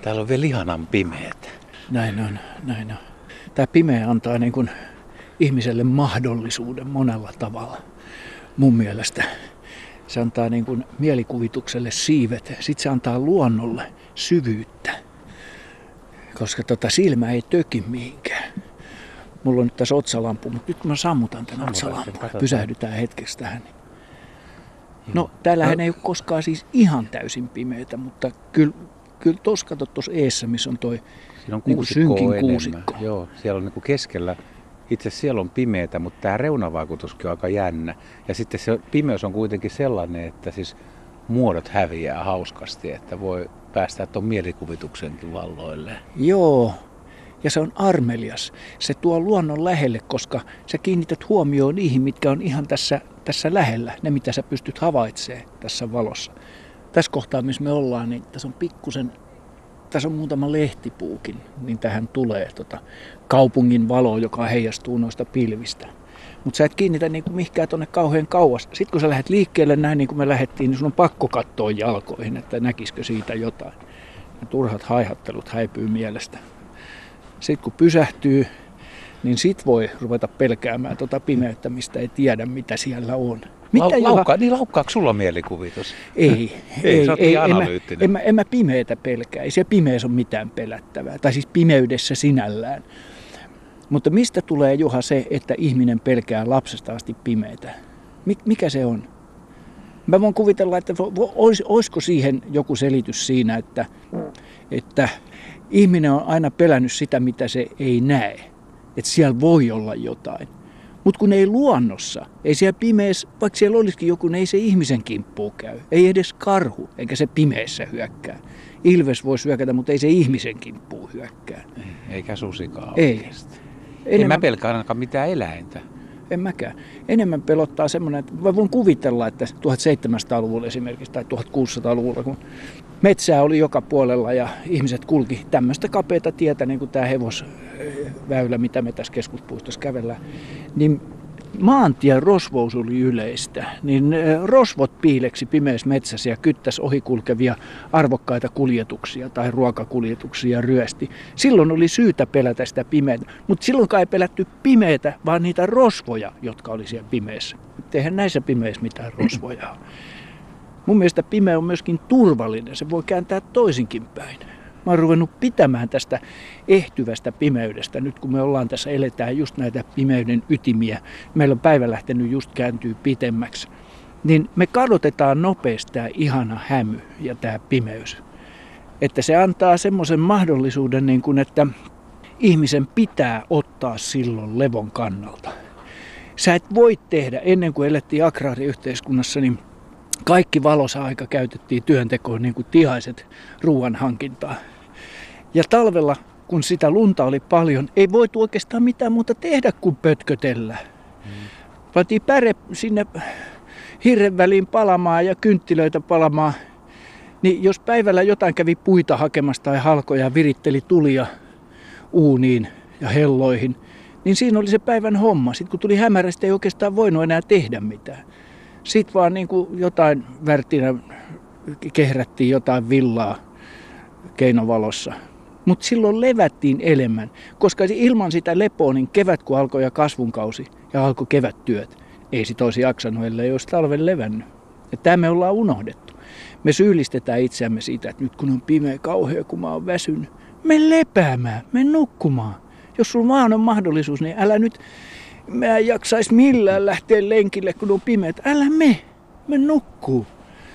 Täällä on vielä ihanan pimeätä. Näin on, näin on. Tämä pimeä antaa niin kuin ihmiselle mahdollisuuden monella tavalla. Mun mielestä se antaa niin kuin mielikuvitukselle siivet. Sitten se antaa luonnolle syvyyttä, koska silmä ei töki mihinkään. Mulla on nyt tässä otsalampu, mutta nyt kun mä sammutan tämän otsalampun, pysähdytään hetkeksi tähän. No, täällähän ei ole koskaan siis ihan täysin pimeätä, mutta kyllä tuossa katsot tuossa eessä, missä on toi on niin synkin kuusikko. Joo, siellä on niin keskellä. Itse siellä on pimeätä, mutta tämä reunavaikutuskin on aika jännä. Ja sitten se pimeys on kuitenkin sellainen, että siis muodot häviää hauskasti, että voi päästä tuon mielikuvituksenkin valloille. Joo, ja se on armelias. Se tuo luonnon lähelle, koska sä kiinnität huomioon niihin, mitkä on ihan tässä lähellä. Ne, mitä sä pystyt havaitsemaan tässä valossa. Tässä kohtaa, missä me ollaan, niin tässä on muutama lehtipuukin, niin tähän tulee kaupungin valo, joka heijastuu noista pilvistä. Mutta sä et kiinnitä niinku mihinkään tuonne kauhean kauas. Sitten kun sä lähdet liikkeelle näin, niin kuin me lähdettiin, niin sun on pakko katsoa jalkoihin, että näkisikö siitä jotain. Ja turhat haihattelut häipyy mielestä. Sitten kun pysähtyy, niin sit voi ruveta pelkäämään pimeyttä, mistä ei tiedä, mitä siellä on. Laukkaako sulla mielikuvitus? Ei. Sä oot niin analyyttinen. En mä pimeätä pelkää. Ei se pimeys ole mitään pelättävää. Tai siis pimeydessä sinällään. Mutta mistä tulee, Juha, se, että ihminen pelkää lapsesta asti pimeätä? Mikä se on? Mä voin kuvitella, että olisiko siihen joku selitys siinä, että ihminen on aina pelännyt sitä, mitä se ei näe. Että siellä voi olla jotain. Mutta kun ei luonnossa, ei siellä pimeässä, vaikka siellä olisikin joku, niin ei se ihmisen kimppuun käy. Ei edes karhu, eikä se pimeässä hyökkää. Ilves voi hyökätä, mutta ei se ihmisen kimppuun hyökkää. Eikä susikaan ei. Oikeasti. En mä pelkää ainakaan mitään eläintä. En mäkään. Enemmän pelottaa semmoinen, että mä voin kuvitella, että 1700-luvulla esimerkiksi tai 1600-luvulla, kun metsää oli joka puolella ja ihmiset kulki tämmöistä kapeata tietä, niin kuin tämä hevosväylä, mitä me tässä keskuspuistossa kävellään, niin maantien rosvous oli yleistä, niin rosvot piileksi pimeässä metsässä ja kyttäs ohikulkevia arvokkaita kuljetuksia tai ruokakuljetuksia ryösti. Silloin oli syytä pelätä sitä pimeätä, mutta silloinkaan ei pelätty pimeätä, vaan niitä rosvoja, jotka oli siellä pimeässä. Eihän näissä pimeissä mitään rosvoja ole. Mun mielestä pimeä on myöskin turvallinen, se voi kääntää toisinkin päin. Mä oon ruvennut pitämään tästä ehtyvästä pimeydestä. Nyt kun me ollaan tässä, eletään just näitä pimeyden ytimiä. Meillä on päivä lähtenyt just kääntyy pitemmäksi. Niin me kadotetaan nopeasti tämä ihana hämy ja tämä pimeys. Että se antaa semmoisen mahdollisuuden, niin kuin, että ihmisen pitää ottaa silloin levon kannalta. Sä et voi tehdä, ennen kuin elettiin agraariyhteiskunnassa, niin kaikki valoisa aika käytettiin työntekoon niin kuin tihaiset ruoan hankintaa. Ja talvella, kun sitä lunta oli paljon, ei voitu oikeastaan mitään muuta tehdä kuin pötkötellä. Pantiin päre sinne hirren väliin palamaan ja kynttilöitä palamaan. Niin jos päivällä jotain kävi puita hakemassa tai halkoja, viritteli tulia uuniin ja helloihin, niin siinä oli se päivän homma. Sitten kun tuli hämärä, ei oikeastaan voinut enää tehdä mitään. Sitten vaan niin kuin jotain värtinä kehrättiin jotain villaa keinovalossa. Mutta silloin levättiin enemmän, koska ilman sitä lepoa, niin kevät kun alkoi ja kasvunkausi ja alkoi kevättyöt, ei sit olisi jaksanut, ellei olisi talven levännyt. Ja tämä me ollaan unohdettu. Me syyllistetään itseämme siitä, että nyt kun on pimeä kauhea, kun mä oon väsynyt, me lepäämään, me nukkumaan. Jos sulla vaan on mahdollisuus, niin älä nyt, mä en jaksais millään lähteä lenkille, kun on pimeät. Älä me nukkuu.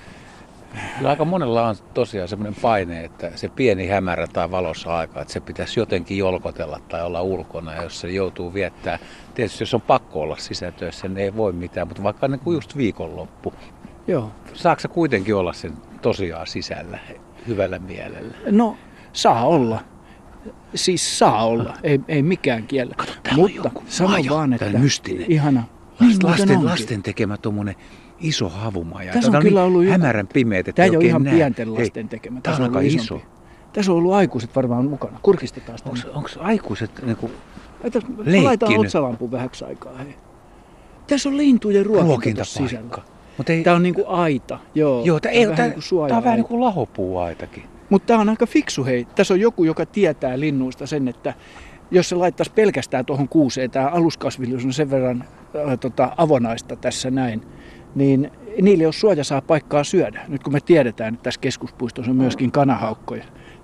Kyllä aika monella on tosiaan semmoinen paine, että se pieni hämärä tai valossa aika, että se pitäisi jotenkin jolkotella tai olla ulkona, ja jos se joutuu viettää. Tietysti jos on pakko olla sisätöissä, niin ei voi mitään, mutta vaikka niin kuin just viikonloppu. Joo. Saatko sä kuitenkin olla sen tosiaan sisällä hyvällä mielellä? No, saa olla. Siis saa olla, ei mikään kiellä. Mutta sano vaan, että mystinen. Ihana. Lasten tekemä tommonen iso havumaja. Tässä on kyllä ollut hämärän pimeät, että tämä ei ole ihan pienten lasten tekemä. Tämä on aika iso. Tässä on ollut aikuiset varmaan mukana. Kurkistetaan sitä. Onko aikuiset niinku leikkinyt? Laitetaan otsalampun vähäksi aikaa. Hei. Tässä on lintujen ruokinta sisällä. Tämä on niinku aita. Joo, tämä on vähän niin kuin lahopuuaitakin. Mutta tämä on aika fiksu hei. Tässä on joku, joka tietää linnuista sen, että jos se laittaisi pelkästään tuohon kuuseen, tämä aluskasvillisuus on sen verran avonaista tässä näin, niin niille jos suoja saa paikkaa syödä. Nyt kun me tiedetään, että tässä keskuspuistossa on myöskin kanahaukkoja,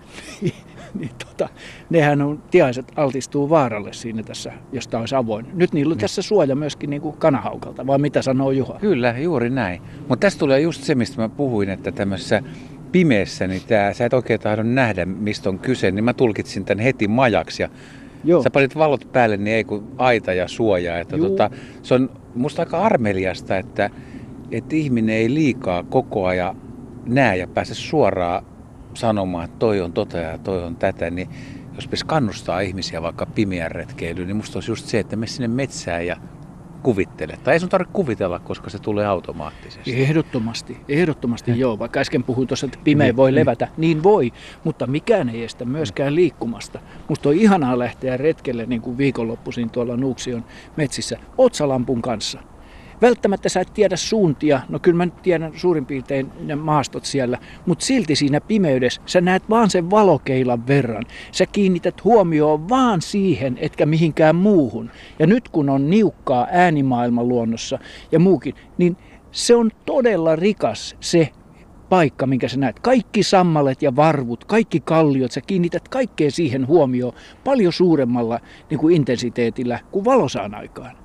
niin nehän on, tiaiset altistuu vaaralle siinä tässä, jos tämä olisi avoin. Nyt niillä on tässä suoja myöskin niin kuin kanahaukalta, vai mitä sanoo Juha? Kyllä, juuri näin. Mutta tässä tulee just se, mistä mä puhuin, että tämmöisessä pimeässä, niin sä et oikein tahdo nähdä, mistä on kyse, niin mä tulkitsin tämän heti majaksi. Ja joo. Sä panit valot päälle, niin ei kuin aita ja suojaa. Että se on musta aika armeliasta, että ihminen ei liikaa koko ajan näe ja pääse suoraan sanomaan, että toi on tota ja toi on tätä, niin jos pitäisi kannustaa ihmisiä vaikka pimeän retkeilyyn, niin musta olisi just se, että mene sinne metsään ja kuvittele. Tai ei sun tarvitse kuvitella, koska se tulee automaattisesti. Ehdottomasti joo. Vaikka äsken puhuin tuossa, että pimeä voi levätä, niin voi, mutta mikään ei estä myöskään liikkumasta. Musta on ihanaa lähteä retkelle niin kuin viikonloppuisin tuolla Nuuksion metsissä otsalampun kanssa. Välttämättä sä et tiedä suuntia, no kyllä mä nyt tiedän suurin piirtein ne maastot siellä, mutta silti siinä pimeydessä sä näet vaan sen valokeilan verran. Sä kiinnität huomioon vaan siihen, etkä mihinkään muuhun. Ja nyt kun on niukkaa äänimaailman luonnossa ja muukin, niin se on todella rikas se paikka, minkä sä näet. Kaikki sammalet ja varvut, kaikki kalliot, sä kiinnität kaikkeen siihen huomioon paljon suuremmalla niin kuin intensiteetillä kuin valosaan aikaan.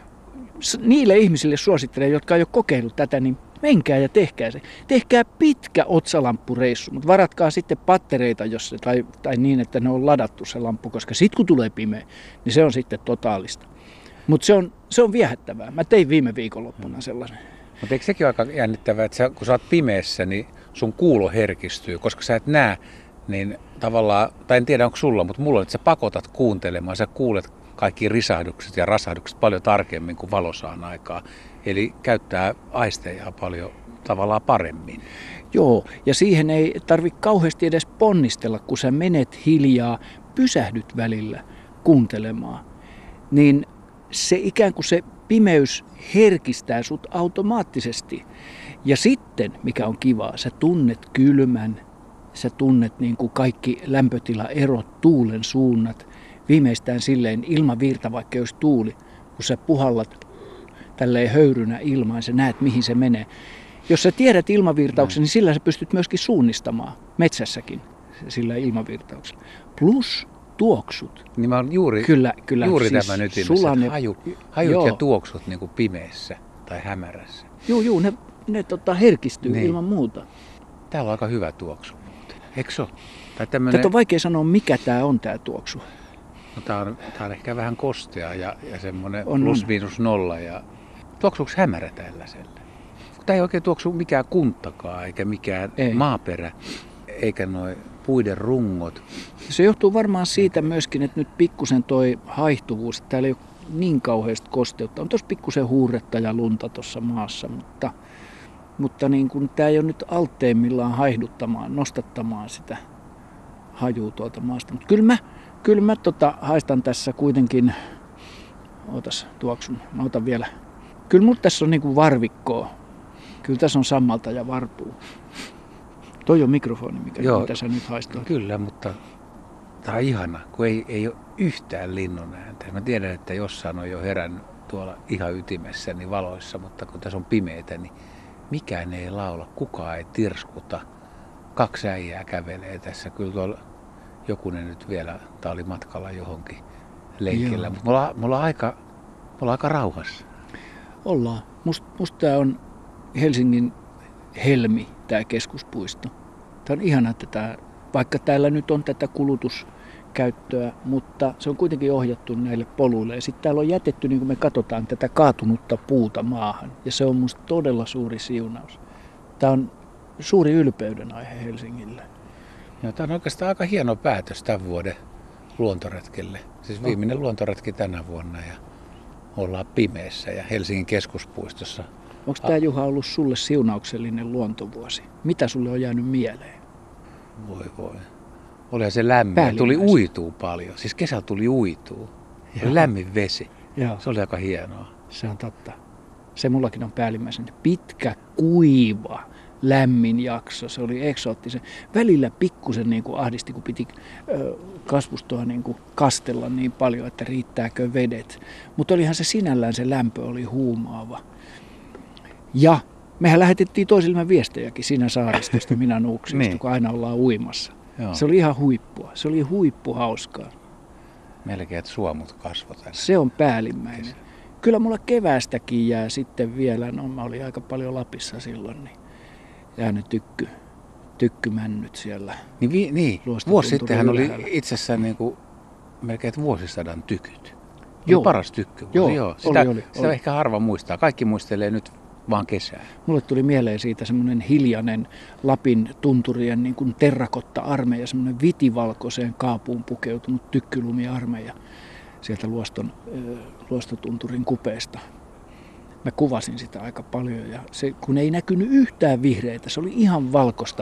Niille ihmisille suosittelen, jotka ei ole kokeillut tätä, niin menkää ja tehkää se. Tehkää pitkä otsalamppureissu, mutta varatkaa sitten pattereita, jos se, tai niin, että ne on ladattu se lamppu, koska sitten kun tulee pimeä, niin se on sitten totaalista. Mutta se on viehättävää. Mä tein viime viikonloppuna sellaisen. Mutta eikö sekin ole aika jännittävää, että kun sä oot pimeässä, niin sun kuulo herkistyy, koska sä et näe, niin tavallaan, tai en tiedä onko sulla, mutta mulla on, että sä pakotat kuuntelemaan, sä kuulet kaikki risahdukset ja rasahdukset paljon tarkemmin kuin valosaan aikaa. Eli käyttää aisteja paljon tavallaan paremmin. Joo, ja siihen ei tarvitse kauheasti edes ponnistella, kun sä menet hiljaa, pysähdyt välillä kuuntelemaan. Niin se ikään kuin se pimeys herkistää sut automaattisesti. Ja sitten, mikä on kivaa, sä tunnet kylmän, sä tunnet niin kuin kaikki lämpötilaerot, tuulen suunnat. Viimeistään silleen ilmavirta, vaikka jos tuuli, kun sä puhallat tälleen höyrynä ilmaan, sä näet mihin se menee. Jos sä tiedät ilmavirtauksen, niin sillä sä pystyt myöskin suunnistamaan metsässäkin sillä ilmavirtauksella. Plus tuoksut. Niin mä oon juuri siis tämän ytimessä, hajut ja tuoksut niin kuin pimeässä tai hämärässä. Joo, ne herkistyy niin. Ilman muuta. Täällä on aika hyvä tuoksu. Eikö se ole? Tätä on vaikea sanoa, mikä tää on tää tuoksu. No, tää on ehkä vähän kostea ja semmoinen plus-miinus nolla. Ja tuoksuuko hämärä tällaiselle? Tää ei oikein tuoksu mikään kuntakaan, eikä mikään maaperä, eikä noi puiden rungot. Se johtuu varmaan siitä myöskin, että nyt pikkusen toi haihtuvuus, että täällä ei ole niin kauheasti kosteutta. On tossa pikkusen huuretta ja lunta tuossa maassa, mutta niin kun tää ei ole nyt altteimmillaan haihduttamaan, nostattamaan sitä hajuu tuolta maasta. Mutta kyllä mä haistan tässä kuitenkin, ootas tuoksun, mä otan vielä. Kyllä mulla tässä on niinku varvikkoa. Kyllä tässä on sammalta ja varpuu. Toi on mikrofoni, mitä sä nyt haistat. Kyllä, mutta tää on ihana, kun ei ole yhtään linnun ääntä. Mä tiedän, että jossain on jo herännyt tuolla ihan ytimessä niin valoissa, mutta kun tässä on pimeitä, niin mikään ei laula, kukaan ei tirskuta. 2 äijää kävelee tässä. Kyllä tuolla jokunen nyt vielä, tää oli matkalla johonkin lenkillä, mutta me ollaan aika rauhassa. Ollaan. Musta tää on Helsingin helmi, tää keskuspuisto. Tää on ihana, että vaikka täällä nyt on tätä kulutuskäyttöä, mutta se on kuitenkin ohjattu näille poluille. Ja sitten täällä on jätetty, niin kuin me katsotaan, tätä kaatunutta puuta maahan. Ja se on musta todella suuri siunaus. Tää on suuri ylpeyden aihe Helsingille. Joo, tämä on oikeastaan aika hieno päätös tämän vuoden luontoretkelle. Siis viimeinen luontoretki tänä vuonna ja ollaan pimeässä ja Helsingin keskuspuistossa. Onko tämä Juha ollut sulle siunauksellinen luontovuosi? Mitä sulle on jäänyt mieleen? Voi. Olihan se lämmin. Tuli uituu paljon. Siis kesällä tuli uituu. Ja lämmin vesi. Joo. Se oli aika hienoa. Se on totta. Se mullakin on päällimmäisen pitkä, kuiva lämmin jakso, se oli eksoottisen. Välillä pikkusen niin kuin ahdisti, kun piti kasvustoa niin kuin kastella niin paljon, että riittääkö vedet. Mutta olihan se sinällään, se lämpö oli huumaava. Ja mehän lähetettiin toisillemme viestejäkin siinä saaristosta, minä Nuuksista, niin. Kun aina ollaan uimassa. Joo. Se oli ihan huippua, se oli huippuhauskaa. Melkein, että suomut kasvoi tänne. Se on päällimmäinen. Kyllä mulla keväästäkin jää sitten vielä, no mä olin aika paljon Lapissa silloin, niin jäänyt tykkymännyt siellä. Niin. Vuosi sittenhän oli itsessään niin kuin melkein vuosisadan tykyt. Joo. Paras tykky. Joo. Sitä ehkä harva muistaa. Kaikki muistelee nyt vaan kesää. Mulle tuli mieleen siitä semmoinen hiljainen Lapin tunturien niin kuin terrakotta-armeija, semmoinen vitivalkoiseen kaapuun pukeutunut tykkylumiarmeija sieltä Luostotunturin kupeesta. Mä kuvasin sitä aika paljon ja se, kun ei näkynyt yhtään vihreitä, se oli ihan valkoista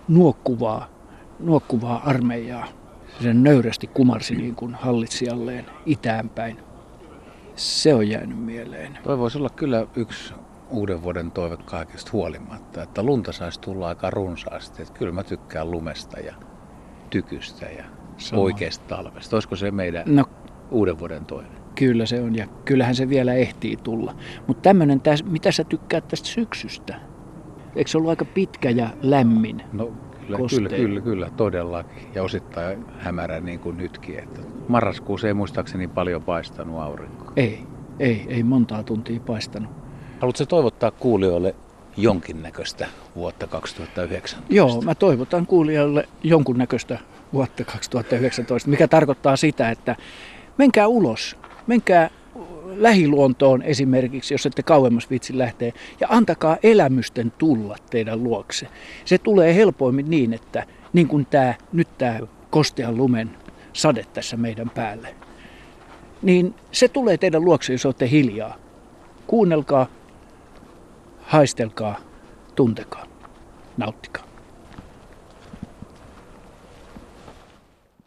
nuokkuvaa armeijaa. Se nöyrästi kumarsi niin kuin hallitsijalleen itäänpäin. Se on jäänyt mieleen. Toi voisi olla kyllä yksi uuden vuoden toive kaikesta huolimatta, että lunta saisi tulla aika runsaasti. Että kyllä mä tykkään lumesta ja tykystä ja oikeasta talvesta. Olisiko se meidän uuden vuoden toive? Kyllä se on ja kyllähän se vielä ehtii tulla. Mutta tämmöinen, mitä sä tykkäät tästä syksystä? Eikö se ollut aika pitkä ja lämmin? No kyllä, todellakin. Ja osittain hämärä niin kuin nytkin. Että marraskuussa ei muistaakseni paljon paistanut aurinkoa. Ei montaa tuntia paistanut. Haluatko toivottaa kuulijoille jonkinnäköistä vuotta 2019? Joo, mä toivotan kuulijoille jonkunnäköistä vuotta 2019, mikä tarkoittaa sitä, että menkää ulos, menkää lähiluontoon esimerkiksi, jos ette kauemmas viitsi lähteä, ja antakaa elämysten tulla teidän luokse. Se tulee helpoimmin niin, että niin kuin nyt tämä kostean lumen sade tässä meidän päälle, niin se tulee teidän luokse, jos olette hiljaa. Kuunnelkaa, haistelkaa, tuntekaa, nauttikaa.